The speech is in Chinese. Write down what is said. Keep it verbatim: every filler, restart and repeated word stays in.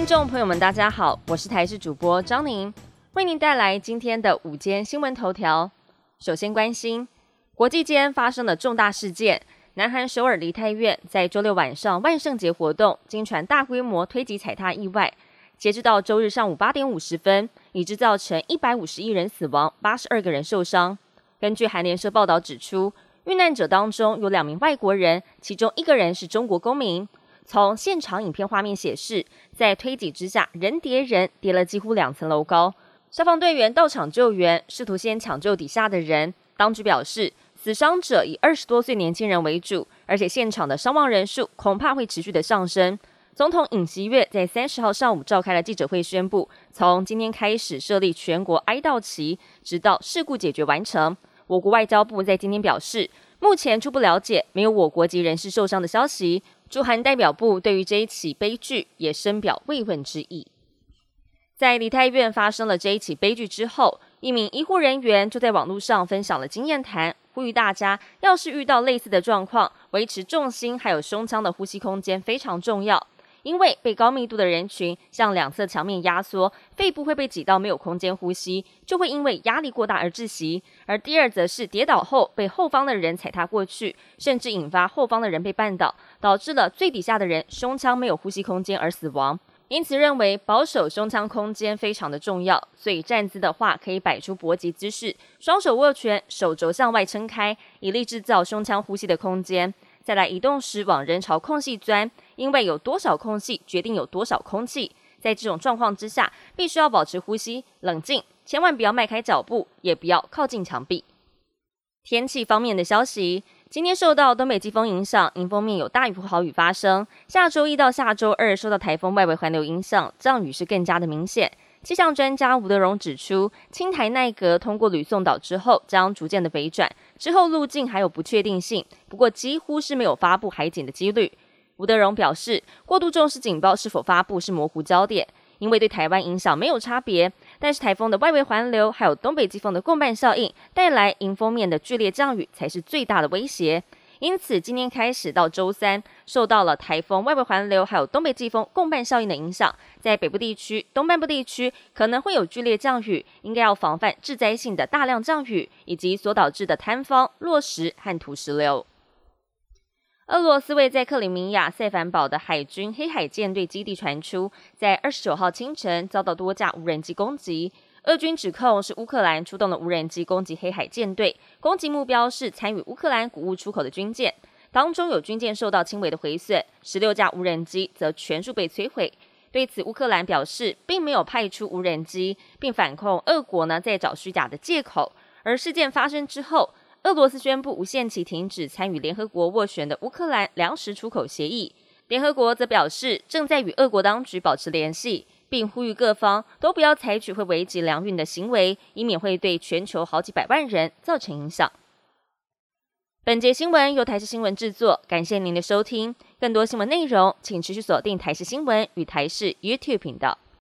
众朋友们，大家好，我是台视主播张宁，为您带来今天的午间新闻头条。首先关心国际间发生的重大事件，南韩首尔梨泰院在周六晚上万圣节活动，经传大规模推挤踩踏意外，截至到周日上午八点五十分，已知造成一百五十一人死亡，八十二个人受伤。根据韩联社报道指出，遇难者当中有两名外国人，其中一个人是中国公民。从现场影片画面显示，在推挤之下，人叠人，叠了几乎两层楼高。消防队员到场救援，试图先抢救底下的人。当局表示，死伤者以二十多岁年轻人为主，而且现场的伤亡人数恐怕会持续的上升。总统尹锡悦在三十号上午召开了记者会，宣布从今天开始设立全国哀悼期，直到事故解决完成。我国外交部在今天表示，目前初步了解没有我国籍人士受伤的消息。驻韩代表部对于这一起悲剧也深表慰问之意。在梨泰院发生了这一起悲剧之后，一名医护人员就在网络上分享了经验谈，呼吁大家要是遇到类似的状况，维持重心还有胸腔的呼吸空间非常重要。因为被高密度的人群向两侧墙面压缩，肺部会被挤到没有空间呼吸，就会因为压力过大而窒息。而第二则是跌倒后被后方的人踩踏过去，甚至引发后方的人被绊倒，导致了最底下的人胸腔没有呼吸空间而死亡。因此认为保守胸腔空间非常的重要，所以站姿的话可以摆出搏击姿势，双手握拳，手肘向外撑开，以力制造胸腔呼吸的空间。再来移动时往人潮空隙钻，因为有多少空隙决定有多少空气。在这种状况之下，必须要保持呼吸，冷静，千万不要迈开脚步，也不要靠近墙壁。天气方面的消息，今天受到东北季风影响，迎风面有大雨或豪雨发生。下周一到下周二受到台风外围环流影响，降雨是更加的明显。气象专家吴德荣指出，青台奈格通过吕宋岛之后将逐渐的北转，之后路径还有不确定性，不过几乎是没有发布海警的几率。吴德荣表示，过度重视警报是否发布是模糊焦点，因为对台湾影响没有差别，但是台风的外围环流还有东北季风的共伴效应带来迎风面的剧烈降雨才是最大的威胁。因此今天开始到周三，受到了台风外围环流还有东北季风共伴效应的影响，在北部地区、东半部地区可能会有剧烈降雨，应该要防范致灾性的大量降雨以及所导致的坍方、落石和土石流。俄罗斯位在克里米亚塞凡堡的海军黑海舰队基地传出，在二十九号清晨遭到多架无人机攻击。俄军指控是乌克兰出动了无人机攻击黑海舰队，攻击目标是参与乌克兰谷物出口的军舰，当中有军舰受到轻微的毁损，十六架无人机则全数被摧毁。对此，乌克兰表示并没有派出无人机，并反控俄国呢在找虚假的借口。而事件发生之后，俄罗斯宣布无限期停止参与联合国斡旋的乌克兰粮食出口协议。联合国则表示正在与俄国当局保持联系，并呼吁各方都不要采取会危及粮运的行为，以免会对全球好几百万人造成影响。本节新闻由台视新闻制作，感谢您的收听。更多新闻内容，请持续锁定台视新闻与台视 YouTube 频道。